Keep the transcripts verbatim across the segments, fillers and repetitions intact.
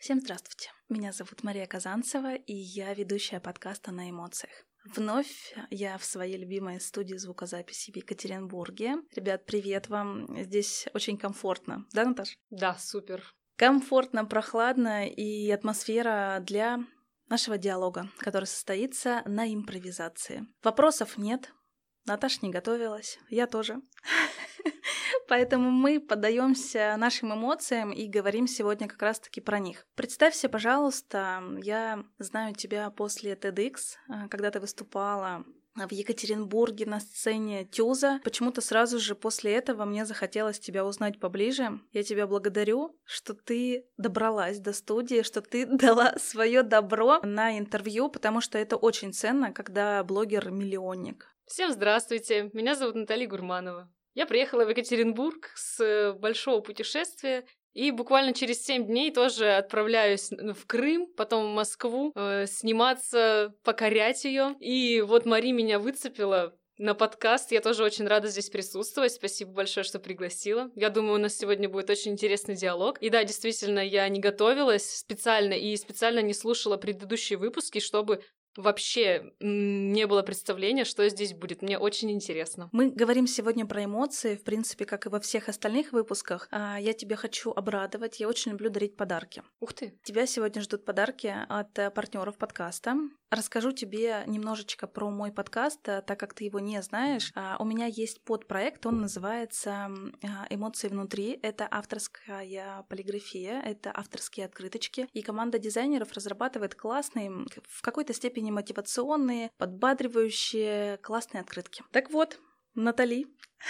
Всем здравствуйте. Меня зовут Мария Казанцева, и я ведущая подкаста «На эмоциях». Вновь я в своей любимой студии звукозаписи в Екатеринбурге. Ребят, привет вам. Здесь очень комфортно. Да, Наташ? Да, супер. Комфортно, прохладно и атмосфера для нашего диалога, который состоится на импровизации. Вопросов нет. Наташа не готовилась. Я тоже. Поэтому мы поддаемся нашим эмоциям и говорим сегодня как раз-таки про них. Представься, пожалуйста, я знаю тебя после TEDx, когда ты выступала в Екатеринбурге на сцене Тюза. Почему-то сразу же после этого мне захотелось тебя узнать поближе. Я тебя благодарю, что ты добралась до студии, что ты дала свое добро на интервью, потому что это очень ценно, когда блогер-миллионник. Всем здравствуйте, меня зовут Наталья Гурманова. Я приехала в Екатеринбург с большого путешествия и буквально через семь дней тоже отправляюсь в Крым, потом в Москву, э, сниматься, покорять ее. И вот Мари меня выцепила на подкаст. Я тоже очень рада здесь присутствовать. Спасибо большое, что пригласила. Я думаю, у нас сегодня будет очень интересный диалог. И да, действительно, я не готовилась специально и специально не слушала предыдущие выпуски, чтобы вообще не было представления, что здесь будет. Мне очень интересно. Мы говорим сегодня про эмоции, в принципе, как и во всех остальных выпусках. Я тебя хочу обрадовать. Я очень люблю дарить подарки. Ух ты! Тебя сегодня ждут подарки от партнеров подкаста. Расскажу тебе немножечко про мой подкаст, так как ты его не знаешь. У меня есть подпроект, он называется «Эмоции внутри». Это авторская полиграфия, это авторские открыточки. И команда дизайнеров разрабатывает классные, в какой-то степени мотивационные, подбадривающие, классные открытки. Так вот, Натали,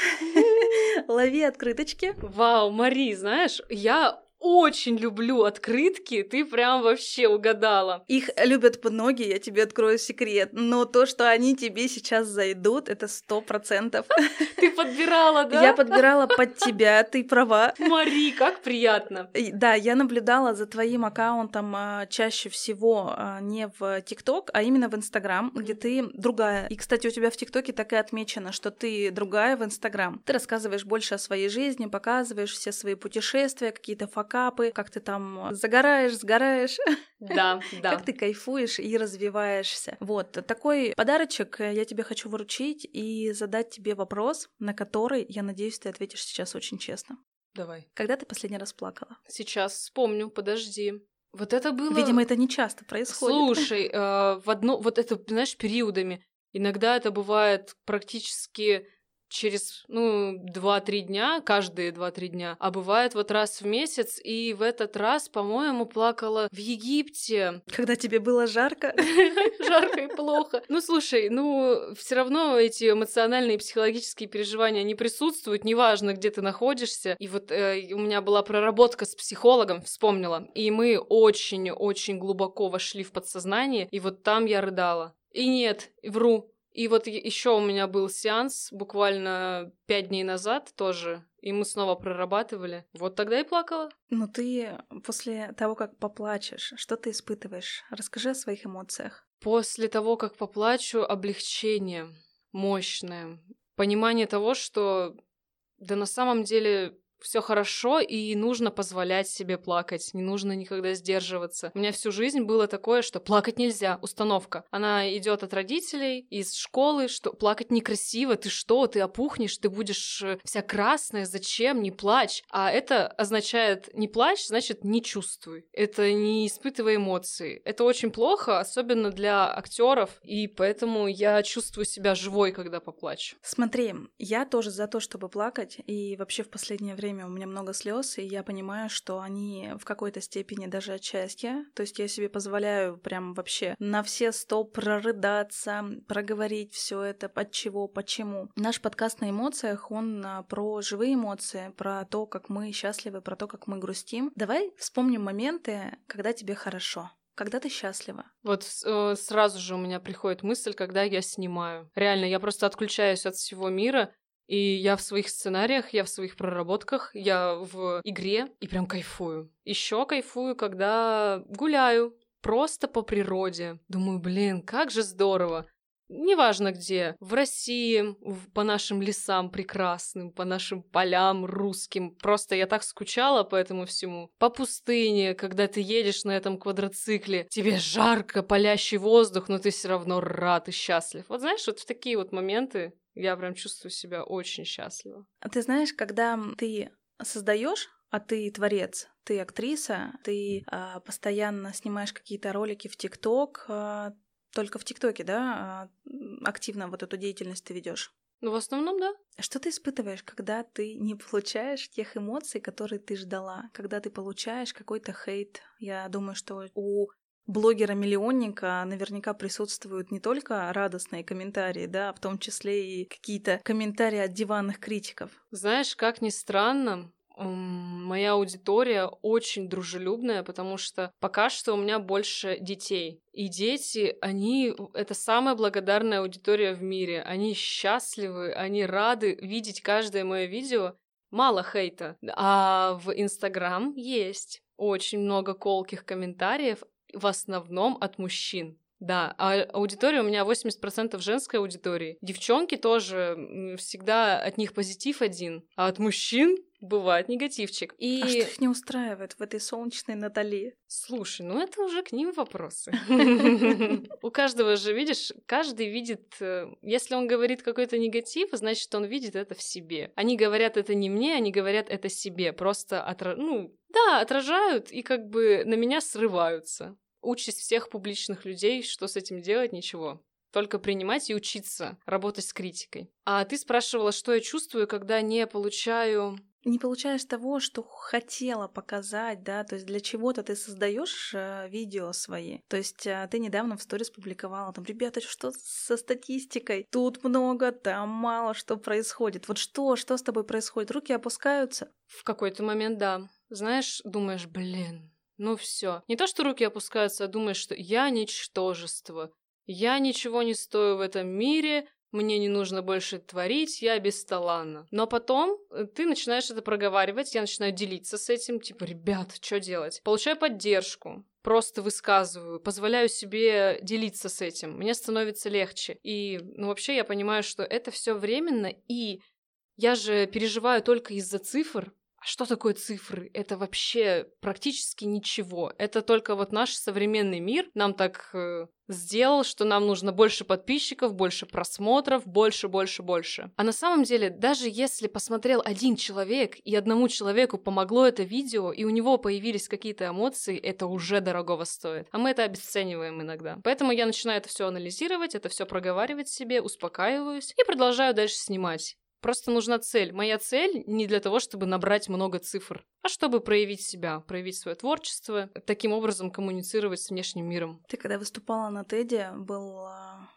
лови открыточки. Вау, Мари, знаешь, я очень люблю открытки, ты прям вообще угадала. Их любят многие, я тебе открою секрет, но то, что они тебе сейчас зайдут, это сто процентов. Ты подбирала, да? Я подбирала под тебя, ты права. Мари, как приятно. Да, я наблюдала за твоим аккаунтом чаще всего не в ТикТок, а именно в Инстаграм, где ты другая. И, кстати, у тебя в ТикТоке так и отмечено, что ты другая в Инстаграм. Ты рассказываешь больше о своей жизни, показываешь все свои путешествия, какие-то факапы, как ты там загораешь, сгораешь. Да, да. Как ты кайфуешь и развиваешься. Вот, такой подарочек я тебе хочу вручить и задать тебе вопрос, на который, я надеюсь, ты ответишь сейчас очень честно. Давай. Когда ты последний раз плакала? Сейчас вспомню, подожди. Вот это было... Видимо, это не часто происходит. Слушай, э, в одно... вот это, знаешь, периодами. Иногда это бывает практически через, ну, два-три дня, каждые два-три дня, а бывает вот раз в месяц, и в этот раз, по-моему, плакала в Египте. Когда тебе было жарко? Жарко и плохо. Ну, слушай, ну, все равно эти эмоциональные и психологические переживания, они присутствуют, неважно, где ты находишься. И вот э, у меня была проработка с психологом, вспомнила, и мы очень-очень глубоко вошли в подсознание, и вот там я рыдала. И нет, вру. И вот еще у меня был сеанс буквально пять дней назад тоже, и мы снова прорабатывали. Вот тогда и плакала. Ну ты после того, как поплачешь, что ты испытываешь? Расскажи о своих эмоциях. После того, как поплачу, облегчение мощное. Понимание того, что да на самом деле все хорошо, и нужно позволять себе плакать, не нужно никогда сдерживаться. У меня всю жизнь было такое, что плакать нельзя, установка. Она идет от родителей, из школы, что плакать некрасиво, ты что, ты опухнешь, ты будешь вся красная, зачем, не плачь. А это означает не плачь, значит не чувствуй. Это не испытывай эмоции. Это очень плохо, особенно для актеров, и поэтому я чувствую себя живой, когда поплачу. Смотри, я тоже за то, чтобы плакать, и вообще в последнее время у меня много слез, и я понимаю, что они в какой-то степени даже от счастья. То есть я себе позволяю прям вообще на все сто прорыдаться, проговорить все это, от чего, почему. Наш подкаст «На эмоциях», он про живые эмоции, про то, как мы счастливы, про то, как мы грустим. Давай вспомним моменты, когда тебе хорошо. Когда ты счастлива? Вот э, сразу же у меня приходит мысль, когда я снимаю. Реально, я просто отключаюсь от всего мира, и я в своих сценариях, я в своих проработках, я в игре и прям кайфую. Еще кайфую, когда гуляю просто по природе. Думаю, блин, как же здорово. Неважно где, в России, в- по нашим лесам прекрасным, по нашим полям русским. Просто я так скучала по этому всему. По пустыне, когда ты едешь на этом квадроцикле, тебе жарко, палящий воздух, но ты все равно рад и счастлив. Вот знаешь, вот в такие вот моменты я прям чувствую себя очень счастливо. А ты знаешь, когда ты создаешь, а ты творец, ты актриса, ты а, постоянно снимаешь какие-то ролики в ТикТок, а, только в ТикТоке, да, а, м, активно вот эту деятельность ты ведешь. Ну, в основном, да. Что ты испытываешь, когда ты не получаешь тех эмоций, которые ты ждала, когда ты получаешь какой-то хейт? Я думаю, что у блогера-миллионника наверняка присутствуют не только радостные комментарии, да, в том числе и какие-то комментарии от диванных критиков. Знаешь, как ни странно, м, моя аудитория очень дружелюбная, потому что пока что у меня больше детей. И дети, они — это самая благодарная аудитория в мире. Они счастливы, они рады видеть каждое мое видео. Мало хейта. А в Инстаграм есть очень много колких комментариев, в основном от мужчин. Да, а аудитория у меня восемьдесят процентов женской аудитории. Девчонки тоже, м, всегда от них позитив один, а от мужчин бывает негативчик. И... А что их не устраивает в этой солнечной Натали? Слушай, ну это уже к ним вопросы. У каждого же, видишь, каждый видит, э, если он говорит какой-то негатив, значит, он видит это в себе. Они говорят это не мне, они говорят это себе, просто отра... ну, да, отражают и как бы на меня срываются. Участь всех публичных людей, что с этим делать, ничего. Только принимать и учиться работать с критикой. А ты спрашивала, что я чувствую, когда не получаю... Не получаешь того, что хотела показать, да, то есть для чего-то ты создаешь э, видео свои. То есть э, ты недавно в сторис публиковала, там, ребята, что со статистикой? Тут много, там мало, что происходит. Вот что, что с тобой происходит? Руки опускаются? В какой-то момент, да. Знаешь, думаешь, блин, ну все. Не то, что руки опускаются, а думаешь, что я ничтожество. Я ничего не стою в этом мире, мне не нужно больше творить, я бесталанна. Но потом ты начинаешь это проговаривать, я начинаю делиться с этим, типа, ребят, что делать? Получаю поддержку, просто высказываю, позволяю себе делиться с этим, мне становится легче. И, ну, вообще я понимаю, что это все временно, и я же переживаю только из-за цифр. А что такое цифры? Это вообще практически ничего. Это только вот наш современный мир нам так э, сделал, что нам нужно больше подписчиков, больше просмотров, больше, больше, больше. А на самом деле, даже если посмотрел один человек, и одному человеку помогло это видео, и у него появились какие-то эмоции, это уже дорогого стоит. А мы это обесцениваем иногда. Поэтому я начинаю это все анализировать, это все проговаривать себе, успокаиваюсь и продолжаю дальше снимать. Просто нужна цель. Моя цель не для того, чтобы набрать много цифр, а чтобы проявить себя, проявить свое творчество, таким образом коммуницировать с внешним миром. Ты когда выступала на Теде, был а,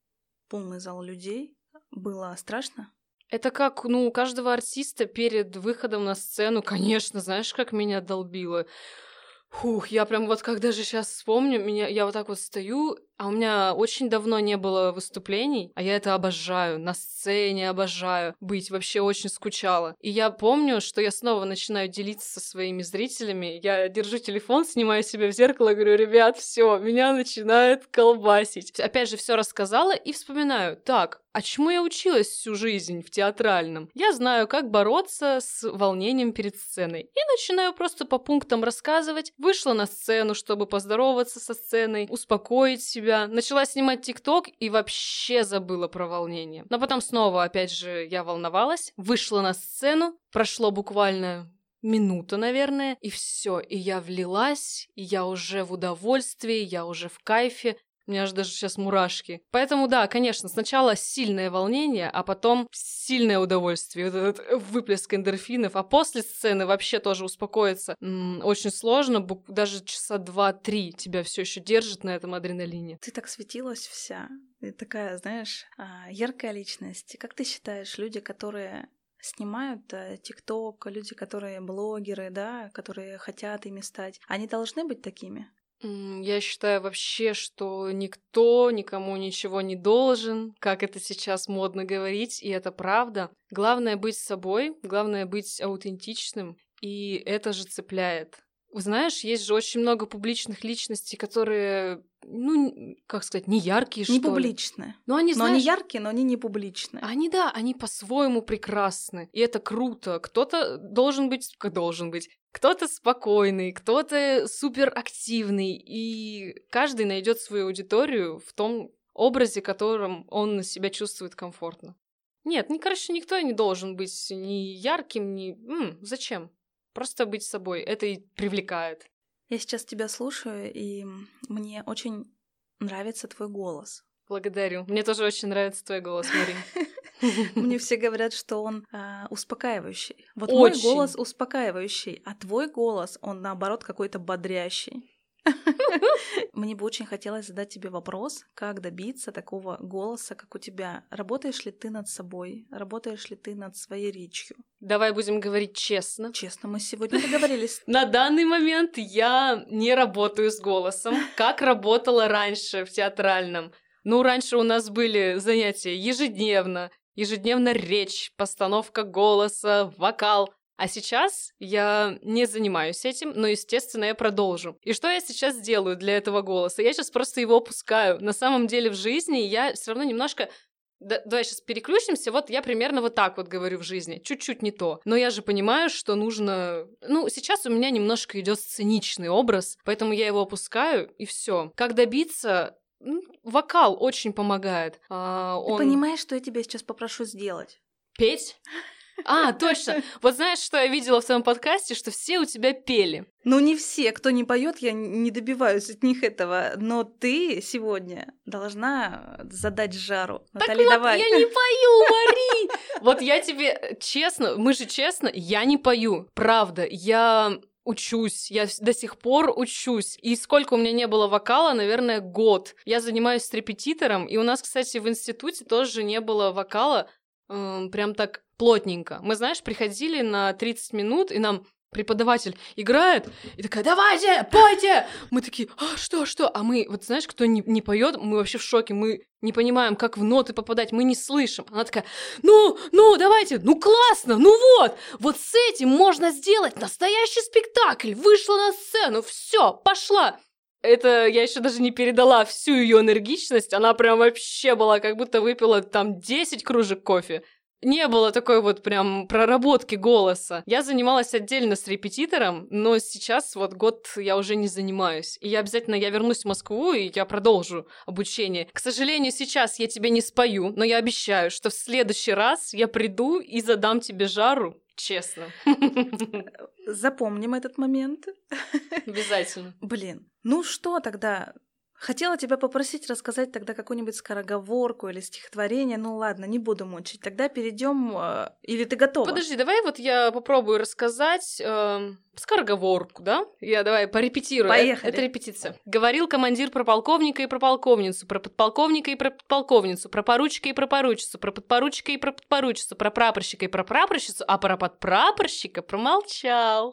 полный зал людей. Было страшно? Это как, ну, у каждого артиста перед выходом на сцену, конечно, знаешь, как меня долбило. Фух, я прям вот как даже сейчас вспомню, меня, я вот так вот стою, а у меня очень давно не было выступлений, а я это обожаю, на сцене обожаю быть, вообще очень скучала. И я помню, что я снова начинаю делиться со своими зрителями, я держу телефон, снимаю себя в зеркало, говорю, ребят, все, меня начинает колбасить. Опять же, все рассказала и вспоминаю, так, а чему я училась всю жизнь в театральном? Я знаю, как бороться с волнением перед сценой. И начинаю просто по пунктам рассказывать. Вышла на сцену, чтобы поздороваться со сценой, успокоить себя. Начала снимать ТикТок и вообще забыла про волнение. Но потом снова, опять же, я волновалась. Вышла на сцену. Прошло буквально минута, наверное. И все. И я влилась. И я уже в удовольствии. Я уже в кайфе. У меня аж даже сейчас мурашки. Поэтому да, конечно, сначала сильное волнение, а потом сильное удовольствие. Вот этот выплеск эндорфинов. А после сцены вообще тоже успокоиться м-м, очень сложно. Даже часа два-три тебя все еще держит на этом адреналине. Ты так светилась вся. Ты такая, знаешь, яркая личность. Как ты считаешь, люди, которые снимают ТикТок, люди, которые блогеры, да, которые хотят ими стать, они должны быть такими? Я считаю вообще, что никто никому ничего не должен, как это сейчас модно говорить, и это правда. Главное быть собой, главное быть аутентичным, и это же цепляет. Знаешь, есть же очень много публичных личностей, которые, ну, как сказать, не яркие, что Не ли. публичные. Но они, Но знаешь, они яркие, но они не публичные. Они, да, они по-своему прекрасны. И это круто. Кто-то должен быть... Как должен быть? Кто-то спокойный, кто-то суперактивный. И каждый найдет свою аудиторию в том образе, которым он себя чувствует комфортно. Нет, ни, короче, никто не должен быть ни ярким, ни... М, зачем? Просто быть собой. Это и привлекает. Я сейчас тебя слушаю, и мне очень нравится твой голос. Благодарю. Мне тоже очень нравится твой голос, Марин. Мне все говорят, что он а, успокаивающий. Вот Очень. мой голос успокаивающий, а твой голос, он наоборот какой-то бодрящий. Мне бы очень хотелось задать тебе вопрос, как добиться такого голоса, как у тебя. Работаешь ли ты над собой? Работаешь ли ты над своей речью? Давай будем говорить честно. Честно, мы сегодня договорились. На данный момент я не работаю с голосом, как работала раньше в театральном. Ну, раньше у нас были занятия ежедневно, ежедневно речь, постановка голоса, вокал. А сейчас я не занимаюсь этим, но, естественно, я продолжу. И что я сейчас делаю для этого голоса? Я сейчас просто его опускаю. На самом деле в жизни я все равно немножко... Да, давай сейчас переключимся. Вот я примерно вот так вот говорю в жизни. Чуть-чуть не то. Но я же понимаю, что нужно... Ну, сейчас у меня немножко идет сценичный образ, поэтому я его опускаю, и все. Как добиться... Ну, вокал очень помогает. А, он... Ты понимаешь, что я тебя сейчас попрошу сделать? Петь? А, точно. Вот знаешь, что я видела в твоем подкасте, что все у тебя пели. Ну, не все. Кто не поет, я не добиваюсь от них этого. Но ты сегодня должна задать жару. Так Натали, вот, давай. я не пою, Мари! Вот я тебе честно, мы же честно, я не пою. Правда, я... Учусь, я до сих пор учусь. И сколько у меня не было вокала, наверное, год. Я занимаюсь с репетитором, и у нас, кстати, в институте тоже не было вокала эм, прям так плотненько. Мы, знаешь, приходили на тридцать минут, и нам преподаватель играет, и такая: давайте, пойте! Мы такие: а что, что? А мы, вот знаешь, кто не, не поет, мы вообще в шоке, мы не понимаем, как в ноты попадать, мы не слышим. Она такая: ну, ну, давайте, ну классно, ну вот, вот с этим можно сделать настоящий спектакль. Вышла на сцену, все, пошла. Это я еще даже не передала всю ее энергичность, она прям вообще была, как будто выпила там десять кружек кофе. Не было такой вот прям проработки голоса. Я занималась отдельно с репетитором, но сейчас вот год я уже не занимаюсь. И я обязательно, я вернусь в Москву, и я продолжу обучение. К сожалению, сейчас я тебе не спою, но я обещаю, что в следующий раз я приду и задам тебе жару, честно. Запомним этот момент. Обязательно. Блин, ну что тогда... Хотела тебя попросить рассказать тогда какую-нибудь скороговорку или стихотворение. Ну ладно, не буду мучить. Тогда перейдем. Э, или ты готова? Подожди, давай вот я попробую рассказать э, скороговорку, да? Я давай порепетирую. Поехали. Это, это репетиция. Говорил командир про полковника и про полковницу, про подполковника и про подполковницу, про поручика и про поручицу, про подпоручика и про подпоручицу, про прапорщика и про прапорщицу, а про подпрапорщика промолчал.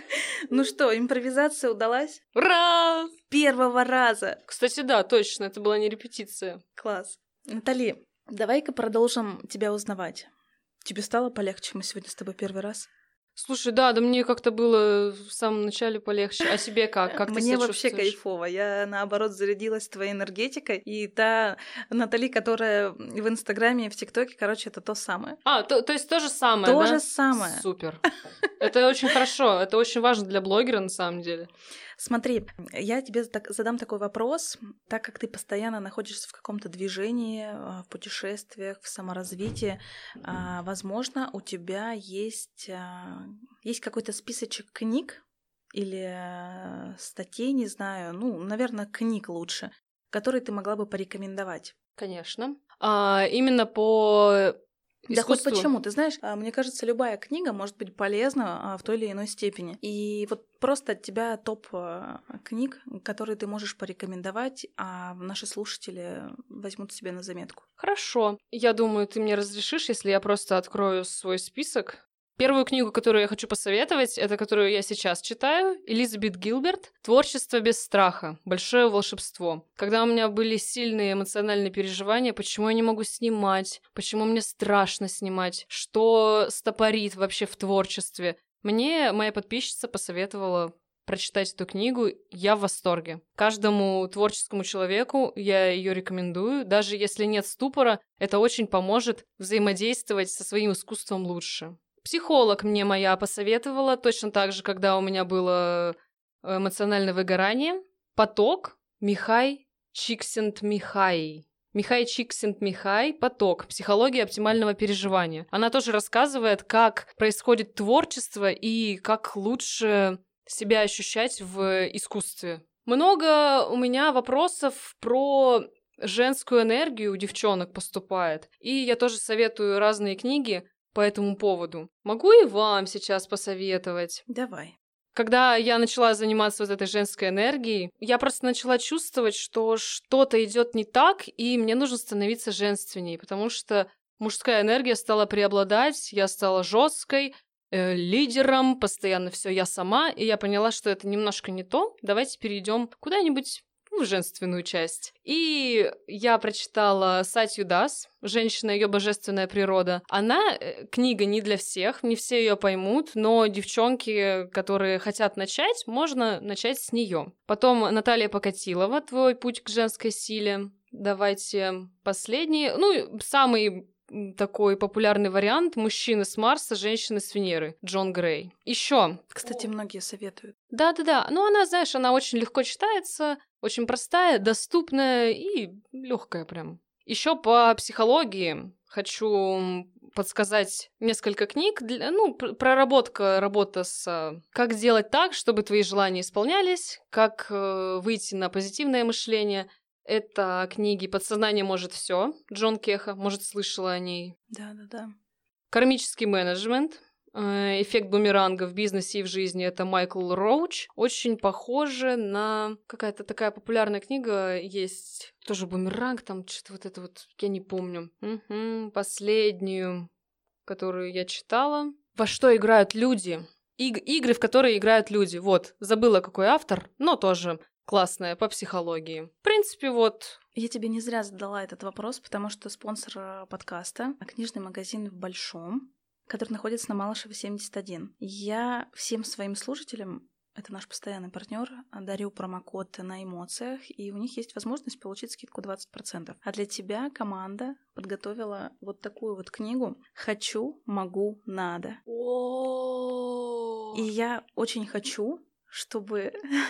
Ну что, импровизация удалась? Ура! Первого раза. Кстати, да, точно, это была не репетиция. Класс. Натали, давай-ка продолжим тебя узнавать. Тебе стало полегче? Мы сегодня с тобой первый раз. Слушай, да, да мне как-то было в самом начале полегче. А тебе как? Как ты Мне себя вообще чувствуешь? кайфово. Я, наоборот, зарядилась твоей энергетикой. И та Натали, которая в Инстаграме и в ТикТоке, короче, это то самое. А, то, то есть то же самое, То да? же самое. Супер. Это очень хорошо. Это очень важно для блогера, на самом деле. Смотри, я тебе так, задам такой вопрос, так как ты постоянно находишься в каком-то движении, в путешествиях, в саморазвитии, возможно, у тебя есть, есть какой-то списочек книг или статей, не знаю, ну, наверное, книг лучше, которые ты могла бы порекомендовать. Конечно. А, именно по... Да искусству. хоть почему, ты знаешь, мне кажется, любая книга может быть полезна в той или иной степени. И вот просто от тебя топ книг, которые ты можешь порекомендовать, а наши слушатели возьмут себе на заметку. Хорошо. Я думаю, ты мне разрешишь, если я просто открою свой список. Первую книгу, которую я хочу посоветовать, это которую я сейчас читаю, Элизабет Гилберт «Творчество без страха. Большое волшебство». Когда у меня были сильные эмоциональные переживания, почему я не могу снимать, почему мне страшно снимать, что стопорит вообще в творчестве, мне моя подписчица посоветовала прочитать эту книгу. Я в восторге. Каждому творческому человеку я ее рекомендую. Даже если нет ступора, это очень поможет взаимодействовать со своим искусством лучше. Психолог мне моя посоветовала, точно так же, когда у меня было эмоциональное выгорание. «Поток» Михай Чиксент-Михай. Михай Чиксент-Михай «Поток. Психология оптимального переживания». Она тоже рассказывает, как происходит творчество и как лучше себя ощущать в искусстве. Много у меня вопросов про женскую энергию у девчонок поступает. И я тоже советую разные книги по этому поводу. Могу и вам сейчас посоветовать? Давай. Когда я начала заниматься вот этой женской энергией, я просто начала чувствовать, что что-то идет не так, и мне нужно становиться женственней, потому что мужская энергия стала преобладать, я стала жесткой, э, лидером, постоянно все я сама, и я поняла, что это немножко не то. Давайте перейдем куда-нибудь в женственную часть. И я прочитала Сатью Дас «Женщина. Ее божественная природа». Она, э, книга не для всех, не все ее поймут, но девчонки, которые хотят начать, можно начать с нее. Потом Наталья Покатилова «Твой путь к женской силе». Давайте последний, ну, самый такой популярный вариант «Мужчины с Марса, женщины с Венеры» Джон Грей. Еще. Кстати, многие советуют. Да-да-да. Ну, она, знаешь, она очень легко читается, очень простая, доступная и легкая прям. Еще по психологии хочу подсказать несколько книг. Для, ну, проработка, работа с... Как сделать так, чтобы твои желания исполнялись, как э, выйти на позитивное мышление. Это книги «Подсознание может все» Джон Кеха, может, слышала о ней. Да-да-да. «Кармический менеджмент», «Эффект бумеранга в бизнесе и в жизни» — это Майкл Роуч. Очень похоже на... Какая-то такая популярная книга есть. Тоже бумеранг, там что-то вот это вот, я не помню. Угу. Последнюю, которую я читала. «Во что играют люди?» Иг- игры, в которые играют люди. Вот, забыла, какой автор, но тоже... классная по психологии. В принципе, вот... Я тебе не зря задала этот вопрос, потому что спонсор подкаста — книжный магазин в Большом, который находится на Малышева, семьдесят один. Я всем своим слушателям, это наш постоянный партнер, дарю промокод на эмоциях, и у них есть возможность получить скидку двадцать процентов. А для тебя команда подготовила вот такую вот книгу «Хочу, могу, надо». И я очень хочу, чтобы...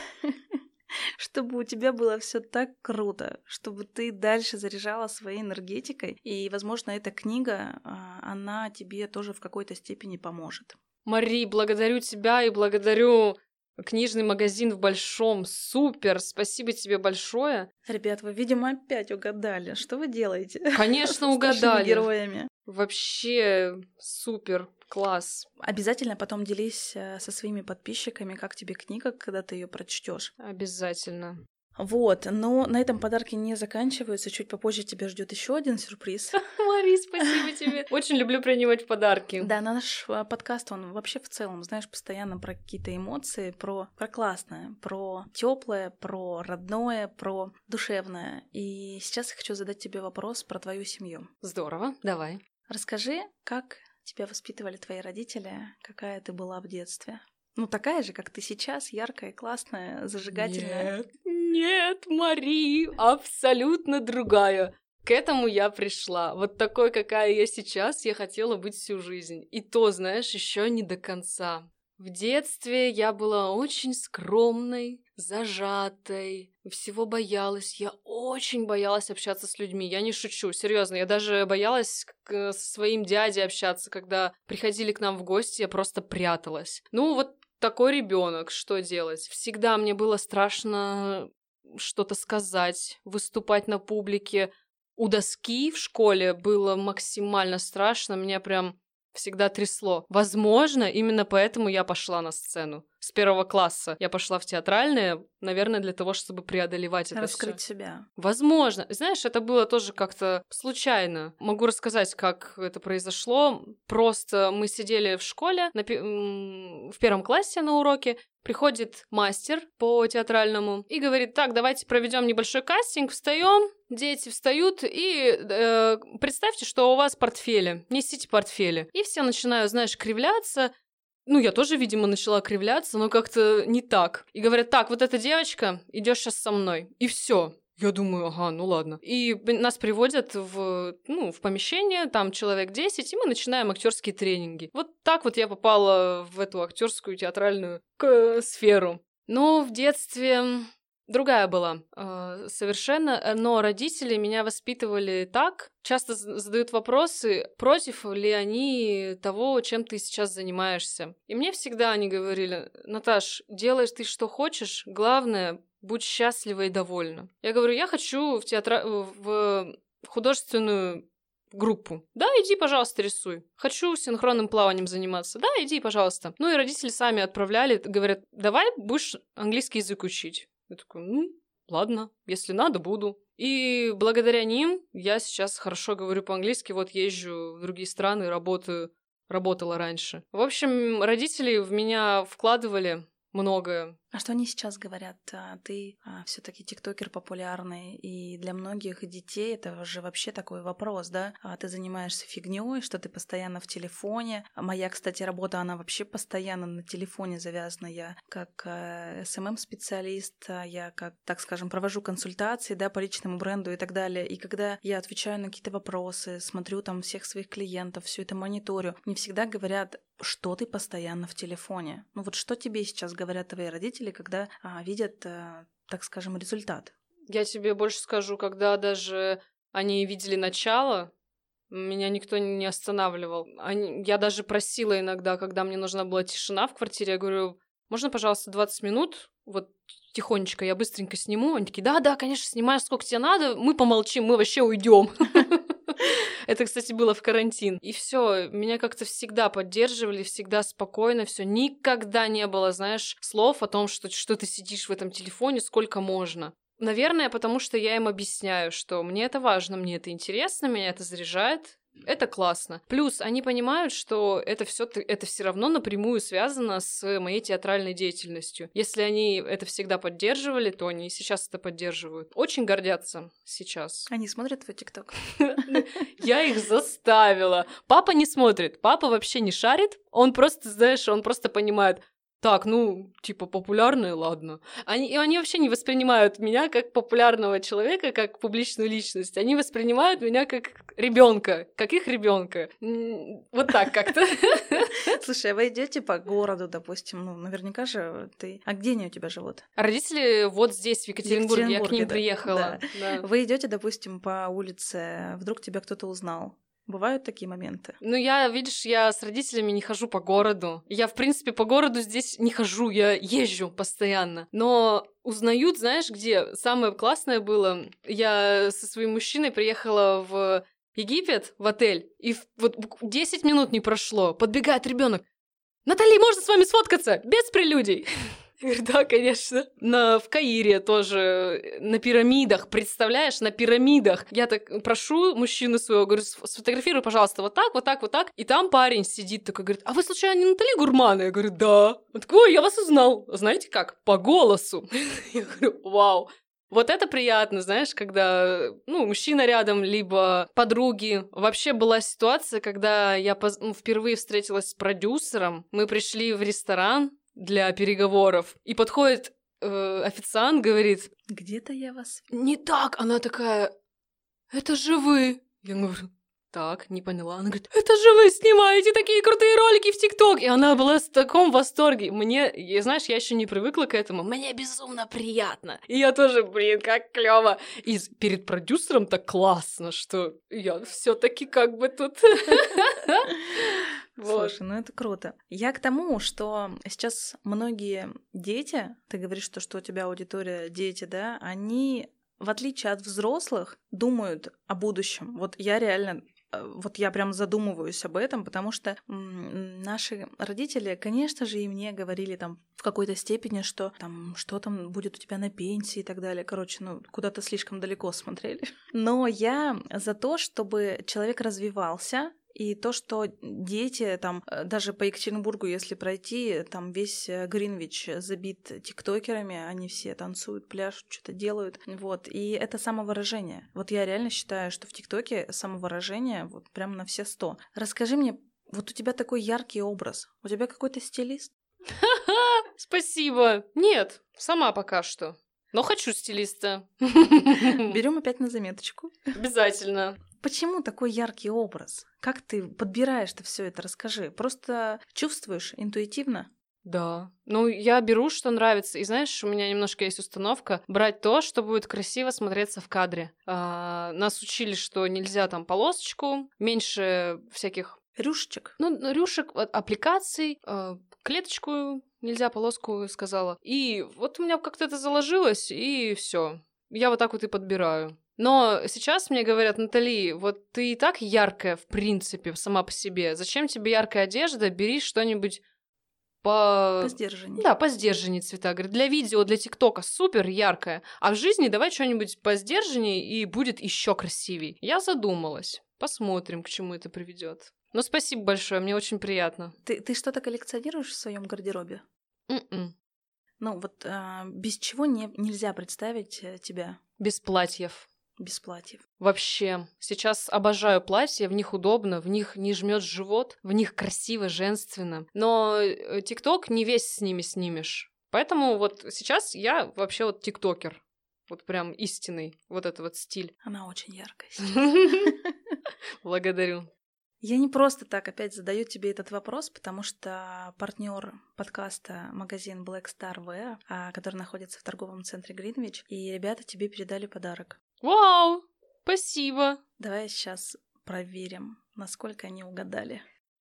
чтобы у тебя было все так круто, чтобы ты дальше заряжала своей энергетикой, и, возможно, эта книга, она тебе тоже в какой-то степени поможет. Мари, благодарю тебя и благодарю книжный магазин в Большом. Супер, спасибо тебе большое. Ребят, вы, видимо, опять угадали. Что вы делаете? Конечно, угадали. С героями. Вообще супер. Класс. Обязательно потом делись со своими подписчиками, как тебе книга, когда ты ее прочтешь. Обязательно. Вот, но на этом подарки не заканчиваются. Чуть попозже тебя ждет еще один сюрприз. Мари, спасибо тебе. Очень люблю принимать подарки. Да, наш подкаст, он вообще в целом, знаешь, постоянно про какие-то эмоции, про, про классное, про теплое, про родное, про душевное. И сейчас я хочу задать тебе вопрос про твою семью. Здорово, давай. Расскажи, как тебя воспитывали твои родители, какая ты была в детстве? Ну, такая же, как ты сейчас, яркая, классная, зажигательная. Нет, нет, Мари, абсолютно другая. К этому я пришла. Вот такой, какая я сейчас, я хотела быть всю жизнь. И то, знаешь, еще не до конца. В детстве я была очень скромной, зажатой, всего боялась. Я очень боялась общаться с людьми. Я не шучу, серьезно. Я даже боялась со своим дядей общаться, когда приходили к нам в гости, я просто пряталась. Ну, вот такой ребенок, что делать? Всегда мне было страшно что-то сказать, выступать на публике. У доски в школе было максимально страшно, меня прям всегда трясло. Возможно, именно поэтому я пошла на сцену. С первого класса я пошла в театральное, наверное, для того, чтобы преодолевать это Раскрыть всё. себя. Возможно. Знаешь, это было тоже как-то случайно. Могу рассказать, как это произошло. Просто мы сидели в школе на пи- в первом классе на уроке. Приходит мастер по театральному и говорит: так, давайте проведем небольшой кастинг, встаем. Дети встают и э, представьте, что у вас портфели. Несите портфели. И все начинают, знаешь, кривляться. Ну, я тоже, видимо, начала кривляться, но как-то не так. И говорят, так, вот эта девочка, идешь сейчас со мной. И все. Я думаю, ага, ну ладно. И нас приводят в, ну, в помещение, там человек десять, и мы начинаем актерские тренинги. Вот так вот я попала в эту актерскую театральную к- сферу. Но в детстве другая была э, совершенно, но родители меня воспитывали так, часто задают вопросы, против ли они того, чем ты сейчас занимаешься. И мне всегда они говорили, Наташ, делаешь ты что хочешь, главное, будь счастлива и довольна. Я говорю, я хочу в, театра... в художественную группу. Да, иди, пожалуйста, рисуй. Хочу синхронным плаванием заниматься. Да, иди, пожалуйста. Ну и родители сами отправляли, говорят, давай будешь английский язык учить. Я такой, ну, ладно, если надо, буду. И благодаря ним я сейчас хорошо говорю по-английски, вот езжу в другие страны, работаю, работала раньше. В общем, родители в меня вкладывали многое. А что они сейчас говорят? Ты а, все-таки тиктокер популярный, и для многих детей это же вообще такой вопрос, да? А ты занимаешься фигней, что ты постоянно в телефоне. А моя, кстати, работа, она вообще постоянно на телефоне завязана. Я как э, эс эм эм-специалист, я как, так скажем, провожу консультации, да, по личному бренду и так далее. И когда я отвечаю на какие-то вопросы, смотрю там всех своих клиентов, все это мониторю, мне всегда говорят, что ты постоянно в телефоне. Ну вот что тебе сейчас говорят твои родители, когда а, видят, а, так скажем, результат? Я тебе больше скажу, когда даже они видели начало, меня никто не останавливал. Они... Я даже просила иногда, когда мне нужна была тишина в квартире, я говорю, можно, пожалуйста, двадцать минут, вот тихонечко, я быстренько сниму. Они такие, да-да, конечно, снимай, сколько тебе надо, мы помолчим, мы вообще уйдем. Это, кстати, было в карантин. И все, меня как-то всегда поддерживали, всегда спокойно, все. Никогда не было, знаешь, слов о том, что, что ты сидишь в этом телефоне, сколько можно. Наверное, потому что я им объясняю, что мне это важно, мне это интересно, меня это заряжает. Это классно. Плюс они понимают, что это все это все равно напрямую связано с моей театральной деятельностью. Если они это всегда поддерживали, то они и сейчас это поддерживают. Очень гордятся сейчас. Они смотрят твой ТикТок? Я их заставила. Папа не смотрит. Папа вообще не шарит. Он просто, знаешь, он просто понимает, так, ну, типа, популярные, ладно. Они, и они вообще не воспринимают меня как популярного человека, как публичную личность. Они воспринимают меня как ребенка, как их ребенка. Вот так как-то. Слушай, а вы идете по городу, допустим, ну, наверняка же ты... А где они у тебя живут? Родители вот здесь, в Екатеринбурге, я к ним да. приехала. Да. Да. Вы идете, допустим, по улице, вдруг тебя кто-то узнал. Бывают такие моменты? Ну, я, видишь, я с родителями не хожу по городу. Я, в принципе, по городу здесь не хожу, я езжу постоянно. Но узнают, знаешь, где? Самое классное было, я со своим мужчиной приехала в Египет, в отель, и вот десять минут не прошло, подбегает ребенок. Натали, можно с вами сфоткаться? Без прелюдий. Я говорю, да, конечно. На, в Каире тоже, на пирамидах, представляешь, на пирамидах. Я так прошу мужчину своего, говорю, сфотографируй, пожалуйста, вот так, вот так, вот так. И там парень сидит такой, говорит, а вы, случайно, не Натали Гурмана? Я говорю, да. Он такой, ой, я вас узнал. Знаете как? По голосу. Я говорю, вау. Вот это приятно, знаешь, когда, ну, мужчина рядом, либо подруги. Вообще была ситуация, когда я поз... ну, впервые встретилась с продюсером. Мы пришли в ресторан для переговоров, и подходит э, официант, говорит... Где-то я вас... Не так! Она такая, это же вы! Я говорю, так, не поняла. Она говорит, это же вы снимаете такие крутые ролики в ТикТок! И она была в таком восторге. Мне, я, знаешь, я еще не привыкла к этому. Мне безумно приятно. И я тоже, блин, как клево. И перед продюсером так классно, что я все-таки как бы тут... Вот. Слушай, ну это круто. Я к тому, что сейчас многие дети, ты говоришь, что, что у тебя аудитория дети, да, они, в отличие от взрослых, думают о будущем. Вот я реально, вот я прям задумываюсь об этом, потому что м- наши родители, конечно же, и мне говорили там в какой-то степени, что там, что там будет у тебя на пенсии и так далее. Короче, ну, куда-то слишком далеко смотрели. Но я за то, чтобы человек развивался, и то, что дети там, даже по Екатеринбургу, если пройти, там весь Гринвич забит тиктокерами, они все танцуют, пляшут, что-то делают, вот, и это самовыражение. Вот я реально считаю, что в ТикТоке самовыражение вот прям на все сто. Расскажи мне, Вот у тебя такой яркий образ. У тебя какой-то стилист? Спасибо. Нет, сама пока что. Но хочу стилиста. Берем опять на заметочку. Обязательно. Почему такой яркий образ? Как ты подбираешь-то все это? Расскажи. Просто чувствуешь интуитивно? Да. Ну, я беру, что нравится. И знаешь, у меня немножко есть установка брать то, что будет красиво смотреться в кадре. А, нас учили, что нельзя там полосочку, меньше всяких... Рюшечек? Ну, рюшек, аппликаций, а, клеточку нельзя, полоску сказала. И вот у меня как-то это заложилось, и все. Я вот так вот и подбираю. Но сейчас мне говорят: Натали, вот ты и так яркая, в принципе, сама по себе. Зачем тебе яркая одежда? Бери что-нибудь по... По сдержанней. Да, по сдержанней цвета. Говорит, для видео, для ТикТока супер яркая. А в жизни давай что-нибудь по сдержанней, и будет еще красивей. Я задумалась. Посмотрим, к чему это приведет. Но спасибо большое, мне очень приятно. Ты, ты что-то коллекционируешь в своем гардеробе? М-м. Ну вот а, без чего не, нельзя представить тебя? Без платьев. Без платьев. Вообще. Сейчас обожаю платья, в них удобно, в них не жмет живот, в них красиво, женственно. Но ТикТок не весь с ними снимешь. Поэтому вот сейчас я вообще вот тиктокер. Вот прям истинный. Вот это вот стиль. Она очень яркая. Благодарю. Я не просто так опять задаю тебе этот вопрос, потому что партнер подкаста магазин Black Star Wear, который находится в торговом центре Гринвич, и ребята тебе передали подарок. Вау! Спасибо! Давай сейчас проверим, насколько они угадали.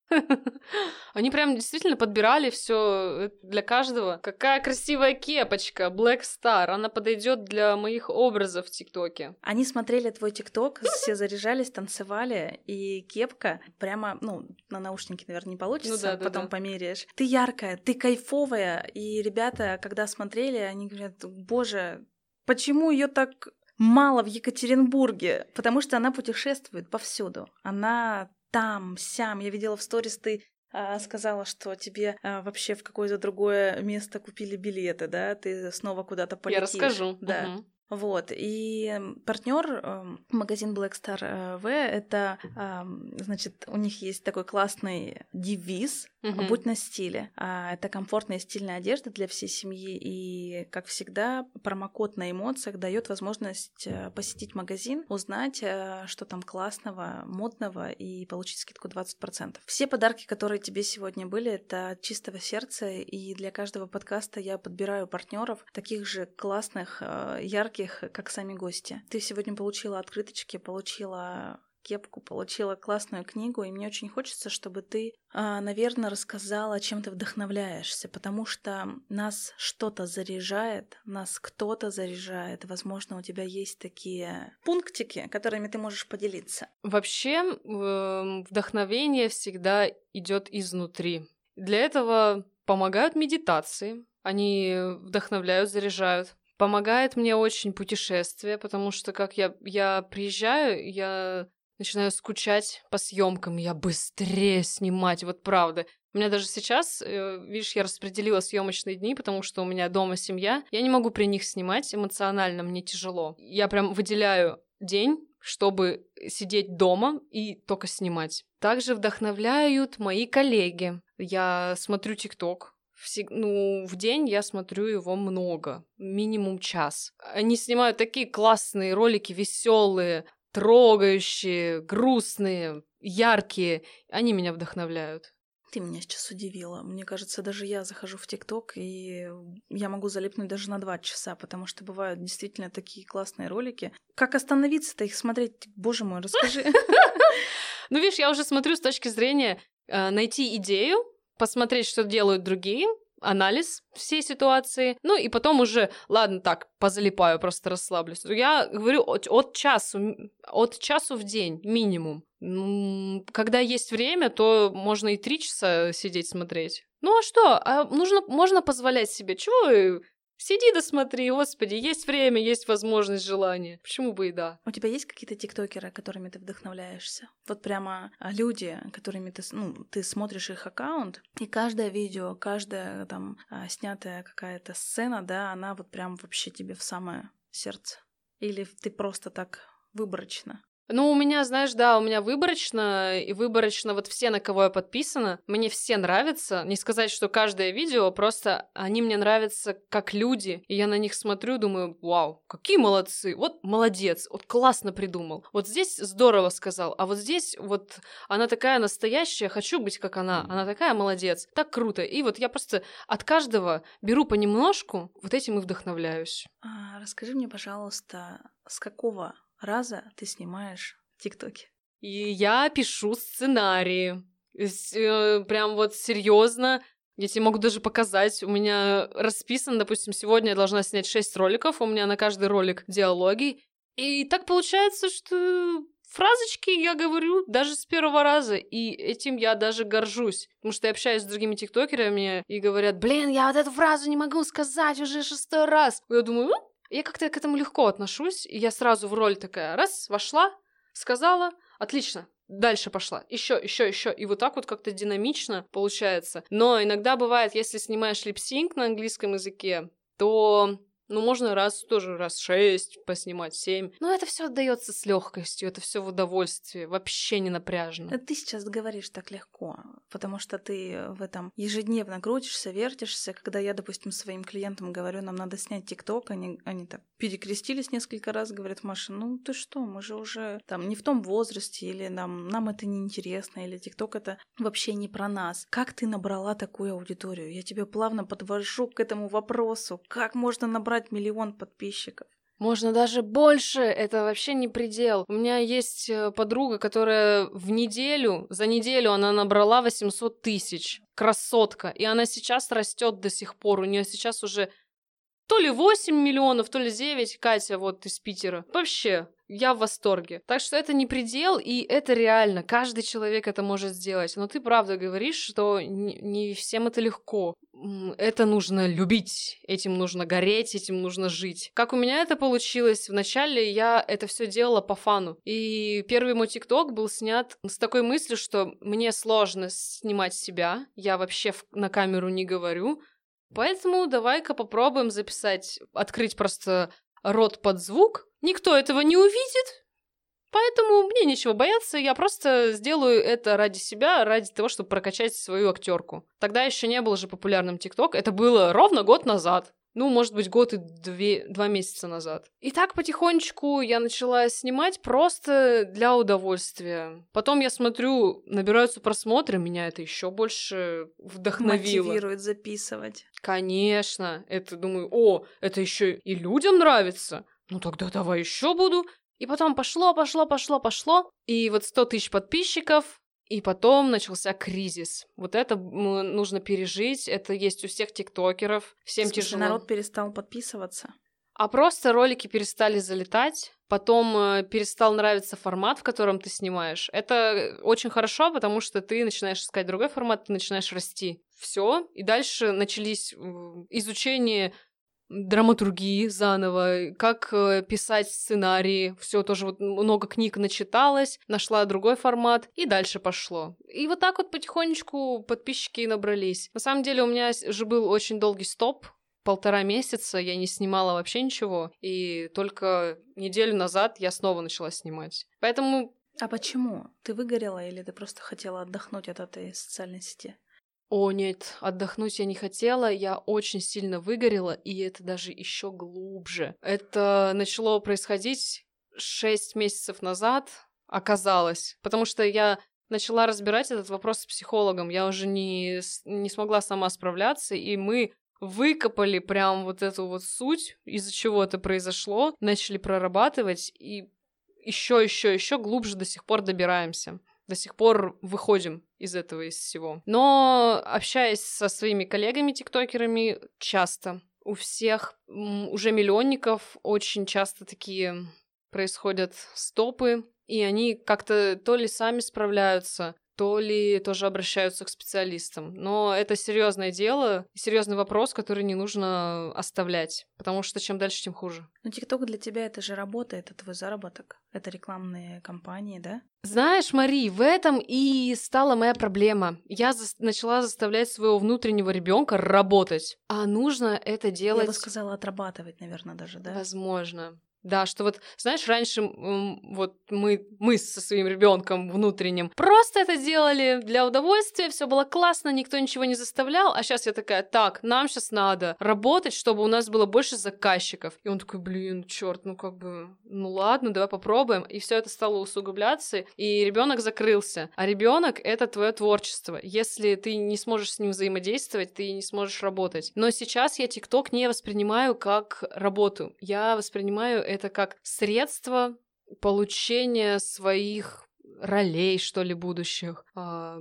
Они прям действительно подбирали все для каждого. Какая красивая кепочка, Black Star. Она подойдет для моих образов в ТикТоке. Они смотрели твой ТикТок, все заряжались, танцевали, и кепка прямо, ну, на наушники, наверное, не получится, ну да, да, потом да. померяешь. Ты яркая, ты кайфовая, и ребята, когда смотрели, они говорят: боже, почему ее так мало в Екатеринбурге? Потому что она путешествует повсюду. Она там, сям. Я видела в сторис, ты а, сказала, что тебе а, вообще в какое-то другое место купили билеты, да? Ты снова куда-то полетишь. Я расскажу. Да. Угу. Вот, и партнер э, магазин Black Star э, V, это, э, значит, у них есть такой классный девиз Угу. «Будь на стиле». А, это комфортная и стильная одежда для всей семьи, и, как всегда, промокод на эмоциях дает возможность посетить магазин, узнать, э, что там классного, модного, и получить скидку двадцать процентов. Все подарки, которые тебе сегодня были, это от чистого сердца, и для каждого подкаста я подбираю партнеров таких же классных, э, ярких, как сами гости. Ты сегодня получила открыточки, получила кепку, получила классную книгу, и мне очень хочется, чтобы ты, наверное, рассказала, чем ты вдохновляешься, потому что нас что-то заряжает, нас кто-то заряжает. Возможно, у тебя есть такие пунктики, которыми ты можешь поделиться. Вообще, вдохновение всегда идет изнутри. Для этого помогают медитации. Они вдохновляют, заряжают. Помогает мне очень путешествие, потому что как я, я приезжаю, я начинаю скучать по съемкам, я быстрее снимать, вот правда. У меня даже сейчас, видишь, я распределила съемочные дни, потому что у меня дома семья, я не могу при них снимать, эмоционально мне тяжело. Я прям выделяю день, чтобы сидеть дома и только снимать. Также вдохновляют мои коллеги. Я смотрю ТикТок. Всег... Ну, в день я смотрю его много, минимум час. Они снимают такие классные ролики, веселые, трогающие, грустные, яркие. Они меня вдохновляют. Ты меня сейчас удивила. Мне кажется, даже я захожу в ТикТок, и я могу залипнуть даже на два часа, потому что бывают действительно такие классные ролики. Как остановиться-то их смотреть? Боже мой, расскажи. Ну, видишь, я уже смотрю с точки зрения найти идею, посмотреть, что делают другие, анализ всей ситуации, ну и потом уже, ладно, так, позалипаю, просто расслаблюсь. Я говорю от, от часу, от часу в день минимум. Когда есть время, то можно и три часа сидеть смотреть. Ну а что? А нужно, можно позволять себе. Чего? Сиди да смотри, господи, есть время, есть возможность, желание. Почему бы и да? У тебя есть какие-то тиктокеры, которыми ты вдохновляешься? Вот прямо люди, которыми ты, ну, ты смотришь их аккаунт, и каждое видео, каждая там снятая какая-то сцена, да, она вот прям вообще тебе в самое сердце. Или ты просто так выборочно? Ну, у меня, знаешь, да, у меня выборочно, и выборочно вот все, на кого я подписана, мне все нравятся. Не сказать, что каждое видео, просто они мне нравятся как люди, и я на них смотрю, думаю, вау, какие молодцы, вот молодец, вот классно придумал, вот здесь здорово сказал, а вот здесь вот она такая настоящая, хочу быть как она, она такая молодец, так круто. И вот я просто от каждого беру понемножку, вот этим и вдохновляюсь. А, расскажи мне, пожалуйста, с какого раза ты снимаешь тиктоки? И я пишу сценарии. С- э, Прям вот серьезно. Я тебе могу даже показать. У меня расписано, допустим, сегодня я должна снять шесть роликов. У меня на каждый ролик диалоги. И так получается, что фразочки я говорю даже с первого раза. И этим я даже горжусь. Потому что я общаюсь с другими тиктокерами и говорят, блин, я вот эту фразу не могу сказать уже шестой раз. Я думаю, ну, я как-то к этому легко отношусь, и я сразу в роль такая, раз, вошла, сказала, отлично, дальше пошла, еще, еще, еще, и вот так вот как-то динамично получается. Но иногда бывает, если снимаешь липсинг на английском языке, то, ну, можно раз, тоже раз шесть поснимать, семь. Но это все отдается с легкостью, это все в удовольствии, вообще не напряжно. Ты сейчас говоришь так легко, потому что ты в этом ежедневно крутишься, вертишься. Когда я, допустим, своим клиентам говорю, нам надо снять ТикТок, они, они так перекрестились несколько раз, говорят, Маша, ну ты что, мы же уже там не в том возрасте, или нам, нам это не интересно, или ТикТок это вообще не про нас. Как ты набрала такую аудиторию? Я тебя плавно подвожу к этому вопросу. Как можно набрать миллион подписчиков? Можно даже больше, это вообще не предел. У меня есть э, подруга, которая в неделю, за неделю она набрала восемьсот тысяч. Красотка. И она сейчас растет до сих пор. У нее сейчас уже то ли восемь миллионов, то ли девять. Катя вот из Питера. Вообще, я в восторге. Так что это не предел, и это реально. Каждый человек это может сделать. Но ты правда говоришь, что не, не всем это легко. Это нужно любить, этим нужно гореть, этим нужно жить. Как у меня это получилось? Вначале я это все делала по фану. И первый мой ТикТок был снят с такой мыслью, что мне сложно снимать себя. Я вообще в- на камеру не говорю. Поэтому давай-ка попробуем записать, открыть просто рот под звук. Никто этого не увидит, поэтому мне нечего бояться, я просто сделаю это ради себя, ради того, чтобы прокачать свою актерку. Тогда еще не был же популярным ТикТок, это было ровно год назад. Ну, может быть, год и две, два месяца назад. И так потихонечку я начала снимать просто для удовольствия. Потом я смотрю, набираются просмотры, меня это еще больше вдохновило. Мотивирует записывать. Конечно, это думаю, о, это еще и людям нравится. Ну тогда давай еще буду. И потом пошло, пошло, пошло, пошло. И вот сто тысяч подписчиков. И потом начался кризис. Вот это м, нужно пережить. Это есть у всех тиктокеров. Всем В смысле, тяжело. народ перестал подписываться. А просто ролики перестали залетать. Потом э, перестал нравиться формат, в котором ты снимаешь. Это очень хорошо, потому что ты начинаешь искать другой формат, ты начинаешь расти. Все. И дальше начались э, изучение драматургии заново, как э, писать сценарии, все тоже вот много книг начиталась, нашла другой формат, и дальше пошло. И вот так вот потихонечку подписчики набрались. На самом деле у меня же был очень долгий стоп, полтора месяца я не снимала вообще ничего, и только неделю назад я снова начала снимать. Поэтому... А почему? Ты выгорела или ты просто хотела отдохнуть от этой социальной сети? О, нет, отдохнуть я не хотела, я очень сильно выгорела, и это даже еще глубже. Это начало происходить шесть месяцев назад, оказалось, потому что я начала разбирать этот вопрос с психологом, я уже не, не смогла сама справляться, и мы выкопали прям вот эту вот суть, из-за чего это произошло, начали прорабатывать, и еще, еще, еще глубже до сих пор добираемся. До сих пор выходим из этого, из всего. Но общаясь со своими коллегами-тиктокерами, часто у всех м, уже миллионников очень часто такие происходят стопы, и они как-то то ли сами справляются, то ли тоже обращаются к специалистам. Но это серьезное дело, серьезный вопрос, который не нужно оставлять, потому что чем дальше, тем хуже. Но ТикТок для тебя это же работа, это твой заработок, это рекламные кампании, да? Знаешь, Мари, в этом и стала моя проблема. Я за- начала заставлять своего внутреннего ребенка работать, а нужно это делать. Я бы сказала, отрабатывать, наверное, даже, да? Возможно. Да, что вот, знаешь, раньше м, вот мы, мы со своим ребенком внутренним просто это делали для удовольствия, все было классно, никто ничего не заставлял, а сейчас я такая, так, нам сейчас надо работать, чтобы у нас было больше заказчиков. И он такой, блин, черт, ну как бы, ну ладно, давай попробуем. И все это стало усугубляться, и ребенок закрылся. А ребенок это твое творчество. Если ты не сможешь с ним взаимодействовать, ты не сможешь работать. Но сейчас я ТикТок не воспринимаю как работу. Я воспринимаю это как средство получения своих ролей, что ли, будущих, э,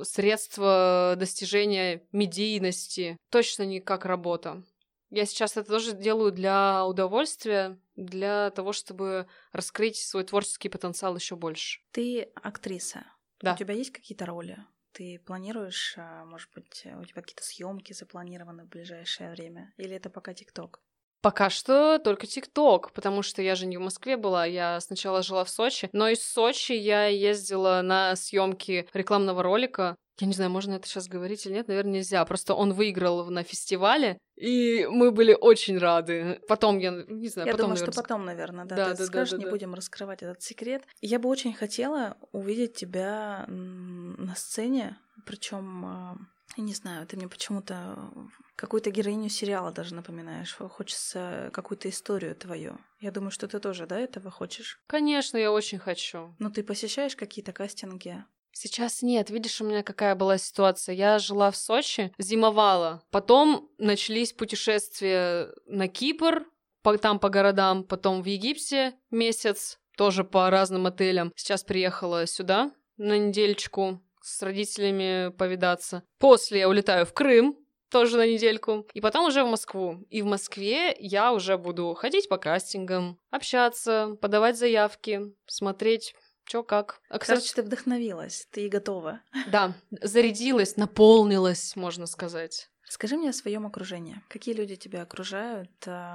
средство достижения медийности, точно не как работа. Я сейчас это тоже делаю для удовольствия, для того, чтобы раскрыть свой творческий потенциал еще больше. Ты актриса. Да. У тебя есть какие-то роли? Ты планируешь, может быть, у тебя какие-то съемки запланированы в ближайшее время? Или это пока ТикТок? Пока что только ТикТок, потому что я же не в Москве была, я сначала жила в Сочи, но из Сочи я ездила на съемки рекламного ролика. Я не знаю, можно это сейчас говорить или нет, наверное, нельзя. Просто он выиграл на фестивале, и мы были очень рады. Потом я, не знаю, я потом, думаю, наверное, что потом, наверное, да, да, ты да, скажешь, да, да, не да. будем раскрывать этот секрет. Я бы очень хотела увидеть тебя на сцене, причем, я не знаю, ты мне почему-то какую-то героиню сериала даже напоминаешь. Хочется какую-то историю твою. Я думаю, что ты тоже, да, этого хочешь? Конечно, я очень хочу. Но ты посещаешь какие-то кастинги? Сейчас нет. Видишь, у меня какая была ситуация. Я жила в Сочи, зимовала. Потом начались путешествия на Кипр, по, там по городам. Потом в Египте месяц, тоже по разным отелям. Сейчас приехала сюда на недельечку с родителями повидаться. После я улетаю в Крым, тоже на недельку, и потом уже в Москву. И в Москве я уже буду ходить по кастингам, общаться, подавать заявки, смотреть, чё как. А, кстати, Короче, ты вдохновилась, ты готова. Да, зарядилась, наполнилась, можно сказать. Расскажи мне о своем окружении. Какие люди тебя окружают?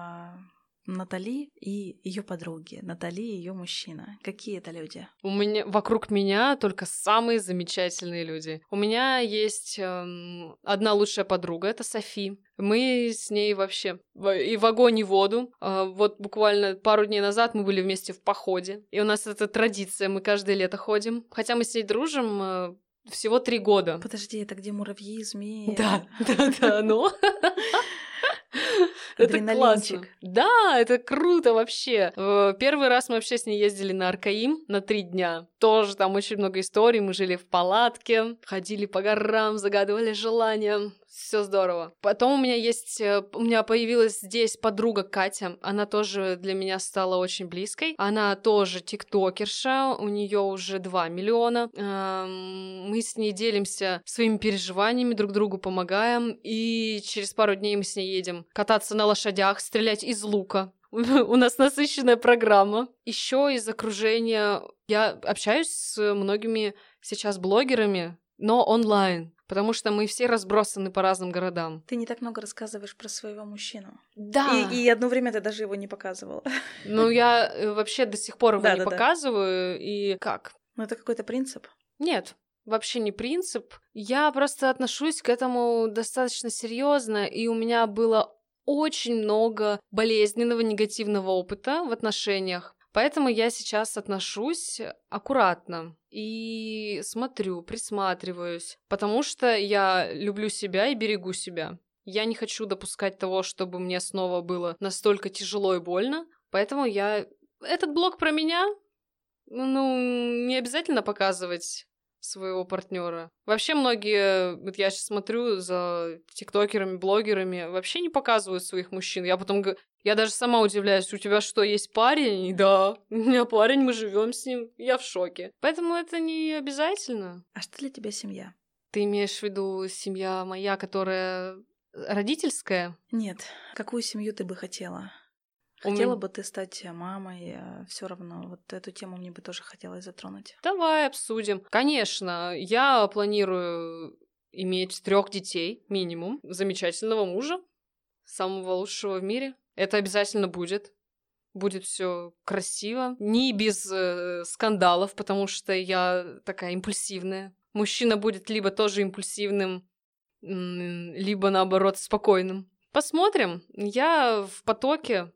Натали и ее подруги, Натали и ее мужчина. Какие это люди? У меня вокруг меня только самые замечательные люди. У меня есть эм, одна лучшая подруга, это Софи. Мы с ней вообще и в огонь, и в воду. Э, вот буквально пару дней назад мы были вместе в походе. И у нас это традиция, мы каждое лето ходим. Хотя мы с ней дружим э, всего три года. Подожди, это где муравьи, змеи? Да, да, да, ну... Это классно. Да, это круто вообще. Первый раз мы вообще с ней ездили на Аркаим на три дня. Тоже там очень много историй. Мы жили в палатке, ходили по горам, загадывали желания. Все здорово. Потом у меня есть... У меня появилась здесь подруга Катя. Она тоже для меня стала очень близкой. Она тоже тиктокерша. У нее уже два миллиона. Мы с ней делимся своими переживаниями, друг другу помогаем. И через пару дней мы с ней едем кататься на лошадях, стрелять из лука. У нас насыщенная программа. Еще из окружения я общаюсь с многими сейчас блогерами, но онлайн, потому что мы все разбросаны по разным городам. Ты не так много рассказываешь про своего мужчину. Да. И, и одно время ты даже его не показывала. Ну, я вообще до сих пор его да, не да, показываю. Да. И как? Ну, это какой-то принцип? Нет. Вообще не принцип. Я просто отношусь к этому достаточно серьезно, и у меня было очень много болезненного, негативного опыта в отношениях. Поэтому я сейчас отношусь аккуратно и смотрю, присматриваюсь, потому что я люблю себя и берегу себя. Я не хочу допускать того, чтобы мне снова было настолько тяжело и больно, поэтому я... Этот блог про меня, ну, не обязательно показывать своего партнера. Вообще многие, вот я сейчас смотрю за тиктокерами, блогерами, вообще не показывают своих мужчин. Я потом, я даже сама удивляюсь, у тебя что, есть парень? Да, у меня парень, мы живем с ним, я в шоке. Поэтому это не обязательно. А что для тебя семья? Ты имеешь в виду семья моя, которая родительская? Нет. Какую семью ты бы хотела? Хотела бы ты стать мамой, все равно. Вот эту тему мне бы тоже хотелось затронуть. Давай обсудим. Конечно, я планирую иметь трех детей минимум, замечательного мужа, самого лучшего в мире. Это обязательно будет. Будет все красиво, не без э, скандалов, потому что я такая импульсивная. Мужчина будет либо тоже импульсивным, либо наоборот спокойным. Посмотрим. Я в потоке.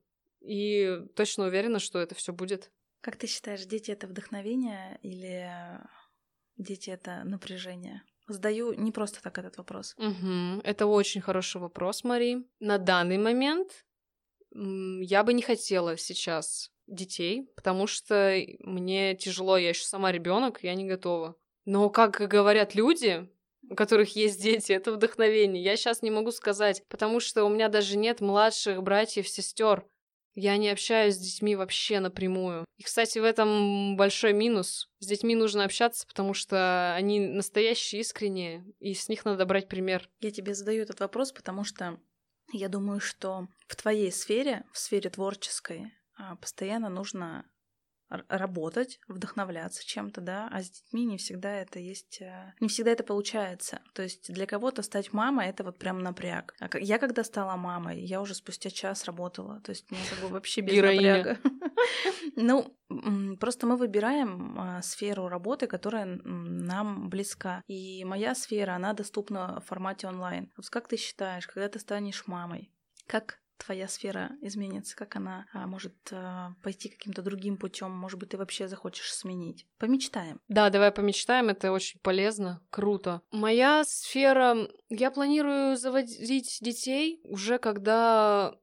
И точно уверена, что это все будет. Как ты считаешь, дети — это вдохновение или дети — это напряжение? Задаю не просто так этот вопрос. Угу. Это очень хороший вопрос, Мари. На данный момент м, я бы не хотела сейчас детей, потому что мне тяжело, я еще сама ребенок, я не готова. Но, как говорят люди, у которых есть дети, это вдохновение. Я сейчас не могу сказать, потому что у меня даже нет младших братьев, сестер. Я не общаюсь с детьми вообще напрямую. И, кстати, в этом большой минус. С детьми нужно общаться, потому что они настоящие, искренние, и с них надо брать пример. Я тебе задаю этот вопрос, потому что я думаю, что в твоей сфере, в сфере творческой, постоянно нужно работать, вдохновляться чем-то, да, а с детьми не всегда это есть, не всегда это получается. То есть для кого-то стать мамой — это вот прям напряг. А я когда стала мамой, я уже спустя час работала, то есть мне как бы вообще без напряга. Ну, просто мы выбираем сферу работы, которая нам близка. И моя сфера, она доступна в формате онлайн. Вот как ты считаешь, когда ты станешь мамой, как твоя сфера изменится, как она а, может а, пойти каким-то другим путем, может быть, ты вообще захочешь сменить? Помечтаем. Да, давай помечтаем, это очень полезно, круто. Моя сфера, я планирую заводить детей уже когда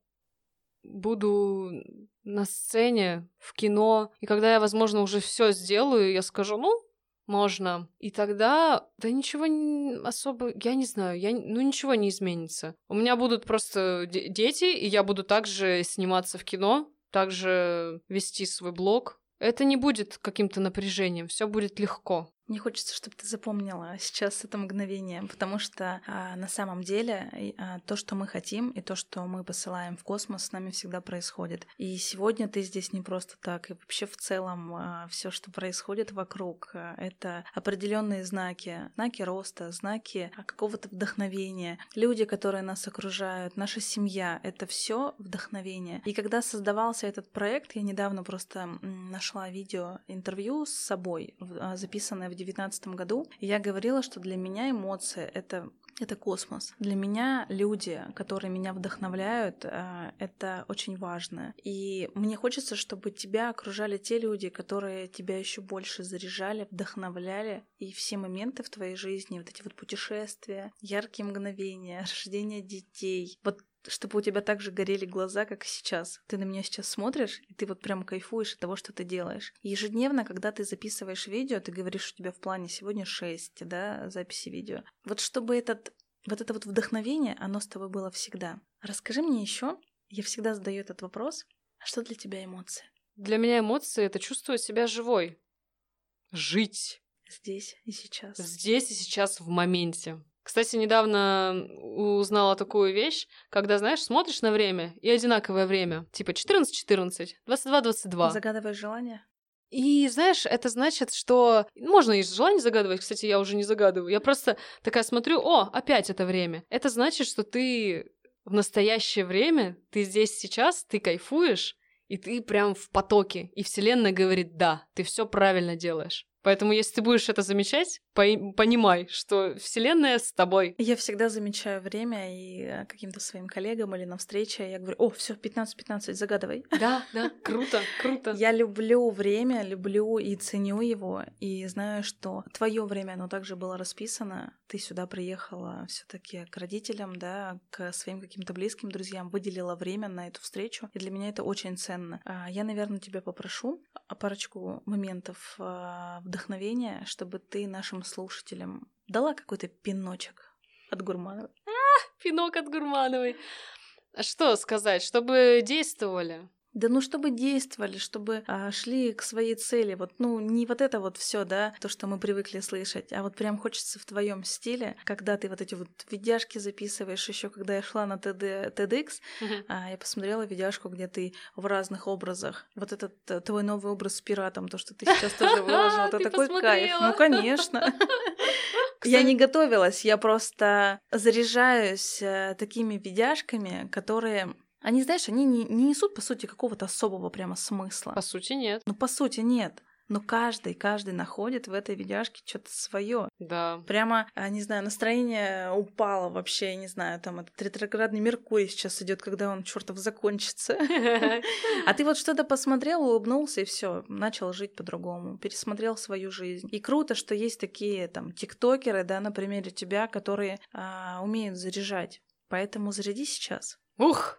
буду на сцене, в кино, и когда я, возможно, уже все сделаю, я скажу, ну, можно. И тогда, да ничего не, особо, я не знаю, я, ну ничего не изменится. У меня будут просто д- дети, и я буду также сниматься в кино, также вести свой блог. Это не будет каким-то напряжением, все будет легко. Мне хочется, чтобы ты запомнила сейчас это мгновение, потому что а, на самом деле а, то, что мы хотим, и то, что мы посылаем в космос, с нами всегда происходит. И сегодня ты здесь не просто так, и вообще в целом а, все, что происходит вокруг, а, это определенные знаки, знаки роста, знаки а, какого-то вдохновения, люди, которые нас окружают, наша семья — это все вдохновение. И когда создавался этот проект, я недавно просто м, нашла видео интервью с собой, а, записанное в девятнадцатом году, и я говорила, что для меня эмоции — это это космос. Для меня люди, которые меня вдохновляют, это очень важно. И мне хочется, чтобы тебя окружали те люди, которые тебя еще больше заряжали, вдохновляли, и все моменты в твоей жизни, вот эти вот путешествия, яркие мгновения, рождение детей, вот чтобы у тебя так же горели глаза, как и сейчас. Ты на меня сейчас смотришь, и ты вот прям кайфуешь от того, что ты делаешь. И ежедневно, когда ты записываешь видео, ты говоришь, что у тебя в плане сегодня шесть, да, записи видео. Вот чтобы этот, вот это вот вдохновение, оно с тобой было всегда. Расскажи мне еще, я всегда задаю этот вопрос, а что для тебя эмоции? Для меня эмоции — это чувствовать себя живой. Жить. Здесь и сейчас. Здесь и сейчас, в моменте. Кстати, недавно узнала такую вещь, когда, знаешь, смотришь на время и одинаковое время. Типа четырнадцать четырнадцать, двадцать два двадцать два. Загадываешь желание? И, знаешь, это значит, что... Можно и желание загадывать, кстати, я уже не загадываю. Я просто такая смотрю, о, опять это время. Это значит, что ты в настоящее время, ты здесь сейчас, ты кайфуешь, и ты прям в потоке. И Вселенная говорит, да, ты все правильно делаешь. Поэтому, если ты будешь это замечать, по- понимай, что Вселенная с тобой. Я всегда замечаю время, и каким-то своим коллегам или на встрече я говорю, о, все, пятнадцать пятнадцать, загадывай. Да, да, круто, круто. Я люблю время, люблю и ценю его, и знаю, что твое время, оно также было расписано. Ты сюда приехала все-таки к родителям, да, к своим каким-то близким друзьям, выделила время на эту встречу, и для меня это очень ценно. Я, наверное, тебя попрошу парочку моментов вдохновения, чтобы ты нашим слушателям дала какой-то пиночек от Гурмановой. А, пинок от Гурмановой. А что сказать? Чтобы действовали. Да ну, чтобы действовали, чтобы а, шли к своей цели. Вот, ну, не вот это вот все, да, то, что мы привыкли слышать, а вот прям хочется в твоем стиле, когда ты вот эти вот видяшки записываешь. Еще когда я шла на TEDx, uh-huh. а, я посмотрела видяшку, где ты в разных образах. Вот этот твой новый образ с пиратом, то, что ты сейчас тоже выложила, это такой кайф. Ну, конечно. Я не готовилась, я просто заряжаюсь такими видяшками, которые... Они, знаешь, они не, не несут, по сути, какого-то особого прямо смысла. По сути, нет. Ну, по сути, нет. но каждый, каждый находит в этой видяшке что-то свое. Да. Прямо, не знаю, настроение упало вообще, я не знаю, там этот ретроградный Меркурий сейчас идет, когда он чертов закончится. А ты вот что-то посмотрел, улыбнулся и все, начал жить по-другому, пересмотрел свою жизнь. И круто, что есть такие там тиктокеры, да, на примере тебя, которые а, умеют заряжать. Поэтому заряди сейчас. Ух!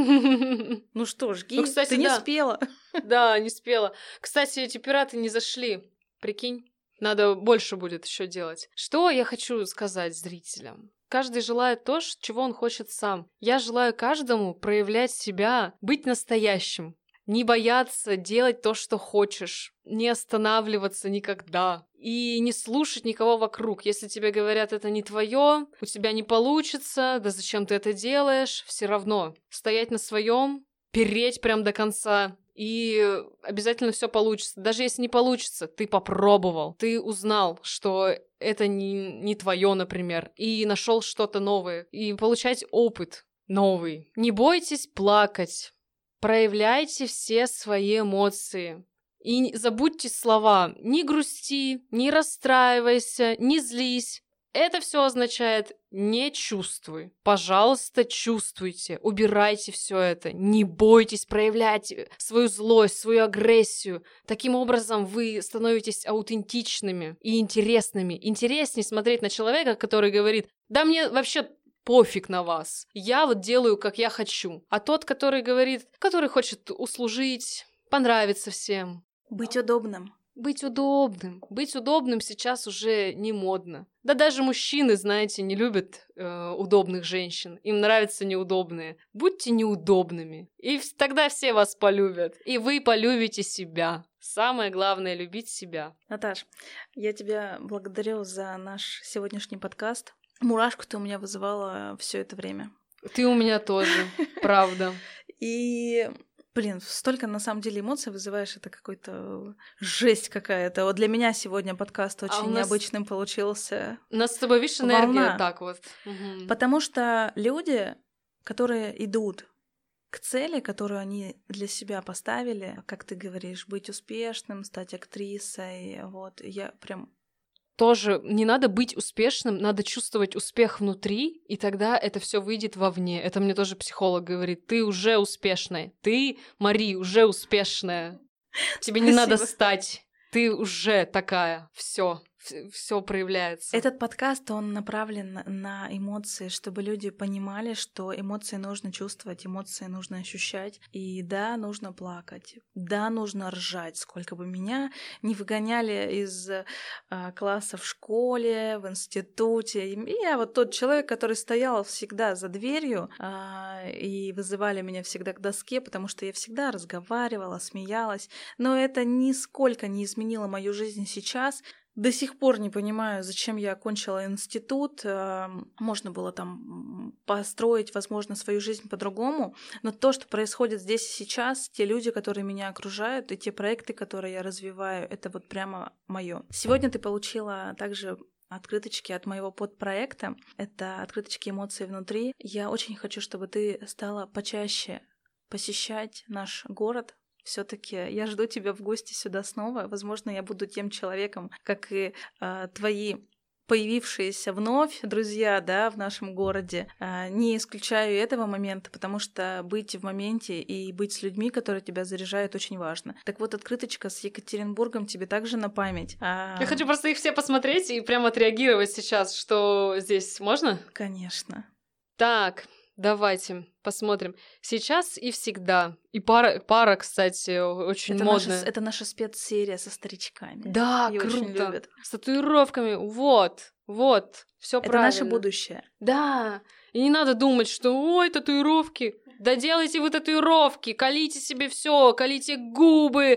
Ну что, жги, ну, кстати, ты не да. спела. Да, не спела. Кстати, эти пираты не зашли. Прикинь, надо больше будет еще делать. Что я хочу сказать зрителям? Каждый желает то, чего он хочет сам. Я желаю каждому проявлять себя, быть настоящим. Не бояться делать то, что хочешь. Не останавливаться никогда. И не слушать никого вокруг. Если тебе говорят, это не твое, у тебя не получится, да зачем ты это делаешь, все равно. Стоять на своем, переть прям до конца. И обязательно все получится. Даже если не получится, ты попробовал. Ты узнал, что это не, не твое, например. И нашел что-то новое. И получать опыт новый. Не бойтесь плакать. Проявляйте все свои эмоции. И забудьте слова «не грусти», «не расстраивайся», «не злись». Это все означает «не чувствуй». Пожалуйста, чувствуйте, убирайте все это. Не бойтесь проявлять свою злость, свою агрессию. Таким образом вы становитесь аутентичными и интересными. Интереснее смотреть на человека, который говорит «да мне вообще пофиг на вас. Я вот делаю, как я хочу». А тот, который говорит, который хочет услужить, понравиться всем. Быть удобным. Быть удобным. Быть удобным сейчас уже не модно. Да даже мужчины, знаете, не любят э, удобных женщин. Им нравятся неудобные. Будьте неудобными. И тогда все вас полюбят. И вы полюбите себя. Самое главное — любить себя. Наташ, я тебя благодарю за наш сегодняшний подкаст. Мурашку ты у меня вызывала все это время. Ты у меня тоже, правда. И... Блин, столько на самом деле эмоций вызываешь, это какой-то жесть какая-то. Вот для меня сегодня подкаст очень а нас... необычным получился. У нас с тобой, видишь, энергия волна. Так вот. Угу. Потому что люди, которые идут к цели, которую они для себя поставили, как ты говоришь, быть успешным, стать актрисой, вот, я прям... Тоже не надо быть успешным, надо чувствовать успех внутри, и тогда это все выйдет вовне. Это мне тоже психолог говорит. Ты уже успешная. Ты, Мари, уже успешная. Тебе Спасибо. Не надо стать. Ты уже такая. Все. Все проявляется. Этот подкаст, он направлен на эмоции, чтобы люди понимали, что эмоции нужно чувствовать, эмоции нужно ощущать. И да, нужно плакать. Да, нужно ржать. Сколько бы меня не выгоняли из а, класса в школе, в институте. И я вот тот человек, который стоял всегда за дверью а, и вызывали меня всегда к доске, потому что я всегда разговаривала, смеялась. Но это нисколько не изменило мою жизнь сейчас. До сих пор не понимаю, зачем я окончила институт. Можно было там построить, возможно, свою жизнь по-другому. Но то, что происходит здесь и сейчас, те люди, которые меня окружают, и те проекты, которые я развиваю, это вот прямо мое. Сегодня ты получила также открыточки от моего подпроекта. Это открыточки эмоций внутри. Я очень хочу, чтобы ты стала почаще посещать наш город. Все-таки я жду тебя в гости сюда снова. Возможно, я буду тем человеком, как и э, твои появившиеся вновь друзья, да, в нашем городе. Э, не исключаю этого момента, потому что быть в моменте и быть с людьми, которые тебя заряжают, очень важно. Так вот, открыточка с Екатеринбургом тебе также на память. А... Я хочу просто их все посмотреть и прямо отреагировать сейчас, что здесь можно? Конечно. Так. Давайте посмотрим. Сейчас и всегда. И пара, пара кстати, очень это модная. Наша, это наша спецсерия со старичками. Да, Её круто. очень любят. С татуировками. Вот, вот. Все правильно. Это наше будущее. Да. И не надо думать, что ой, татуировки. Да делайте вы татуировки, колите себе все, колите губы,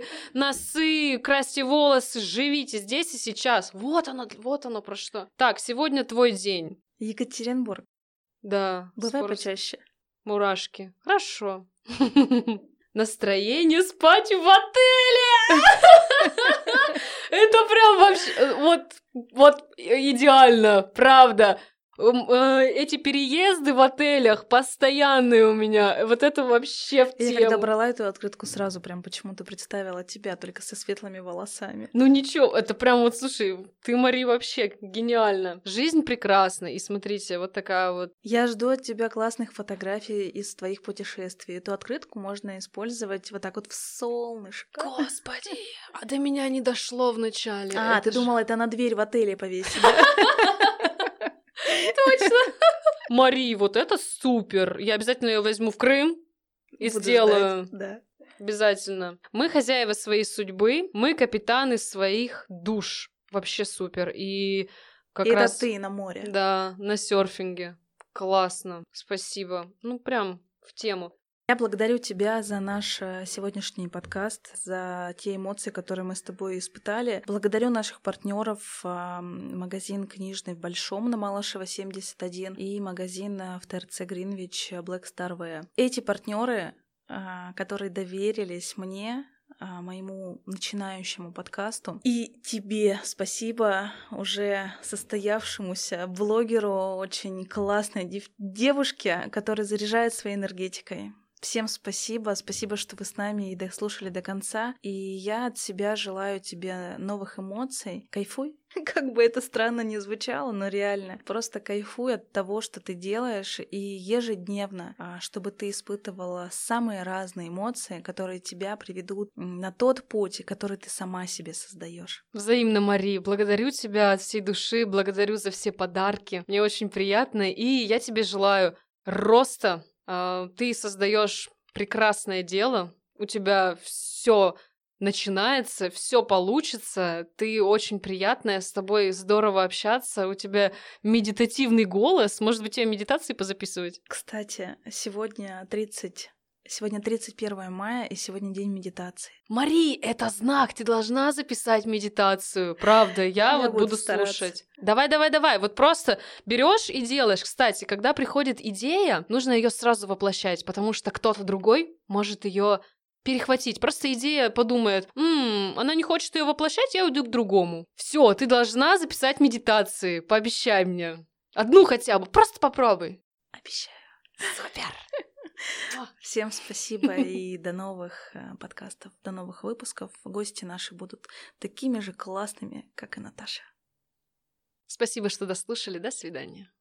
носы, красьте волосы, живите здесь и сейчас. Вот оно, вот оно про что. Так, сегодня твой день. Екатеринбург. Да. Бывай скоро... почаще. Мурашки. Хорошо. Настроение спать в отеле! Это прям вообще... Вот, вот идеально, правда. М, э, Эти переезды в отелях постоянные у меня. Вот это вообще в Я когда тему. брала эту открытку, сразу прям почему-то представила тебя, только со светлыми волосами. Ну ничего, это прям вот, слушай, ты, Мари, вообще гениально. Жизнь прекрасна. И смотрите, вот такая вот. Я жду от тебя классных фотографий из твоих путешествий. Эту открытку можно использовать вот так вот в солнышко. Господи, а до меня не дошло вначале. А, Это ты ж- думала, это на дверь в отеле повесить, да? Точно. Мари, вот это супер. Я обязательно ее возьму в Крым и Буду сделаю. ждать, да. Обязательно. Мы хозяева своей судьбы, мы капитаны своих душ. Вообще супер. И как И это раз... ты на море. Да, на серфинге. Классно. Спасибо. Ну, прям в тему. Я благодарю тебя за наш э, сегодняшний подкаст, за те эмоции, которые мы с тобой испытали. Благодарю наших партнеров, э, магазин книжный в Большом на Малышева семьдесят один и магазин э, в ТРЦ Гринвич э, Black Star ви. Эти партнеры, э, которые доверились мне, э, моему начинающему подкасту. И тебе спасибо, уже состоявшемуся блогеру, очень классной дев- девушке, которая заряжает своей энергетикой. Всем спасибо, спасибо, что вы с нами и дослушали до конца. И я от себя желаю тебе новых эмоций. Кайфуй, как бы это странно ни звучало, но реально. Просто кайфуй от того, что ты делаешь, и ежедневно, а, чтобы ты испытывала самые разные эмоции, которые тебя приведут на тот путь, который ты сама себе создаешь. Взаимно, Мари. Благодарю тебя от всей души, благодарю за все подарки. Мне очень приятно, и я тебе желаю роста. А, Ты создаешь прекрасное дело, у тебя все начинается, все получится, ты очень приятная, с тобой здорово общаться, у тебя медитативный голос, может быть, тебе медитации позаписывать? Кстати, сегодня тридцать Сегодня тридцать первое мая, и сегодня день медитации. Мари, это знак, ты должна записать медитацию, правда, я, Я вот буду буду стараться. слушать. Давай, давай, давай, вот просто берешь и делаешь. Кстати, когда приходит идея, нужно ее сразу воплощать, потому что кто-то другой может ее перехватить. Просто идея подумает, «М, она не хочет ее воплощать, я уйду к другому». Все, ты должна записать медитации, пообещай мне. Одну хотя бы, просто попробуй. Обещаю. Супер. Всем спасибо и до новых э, подкастов, до новых выпусков. Гости наши будут такими же классными, как и Наташа. Спасибо, что дослушали. До свидания.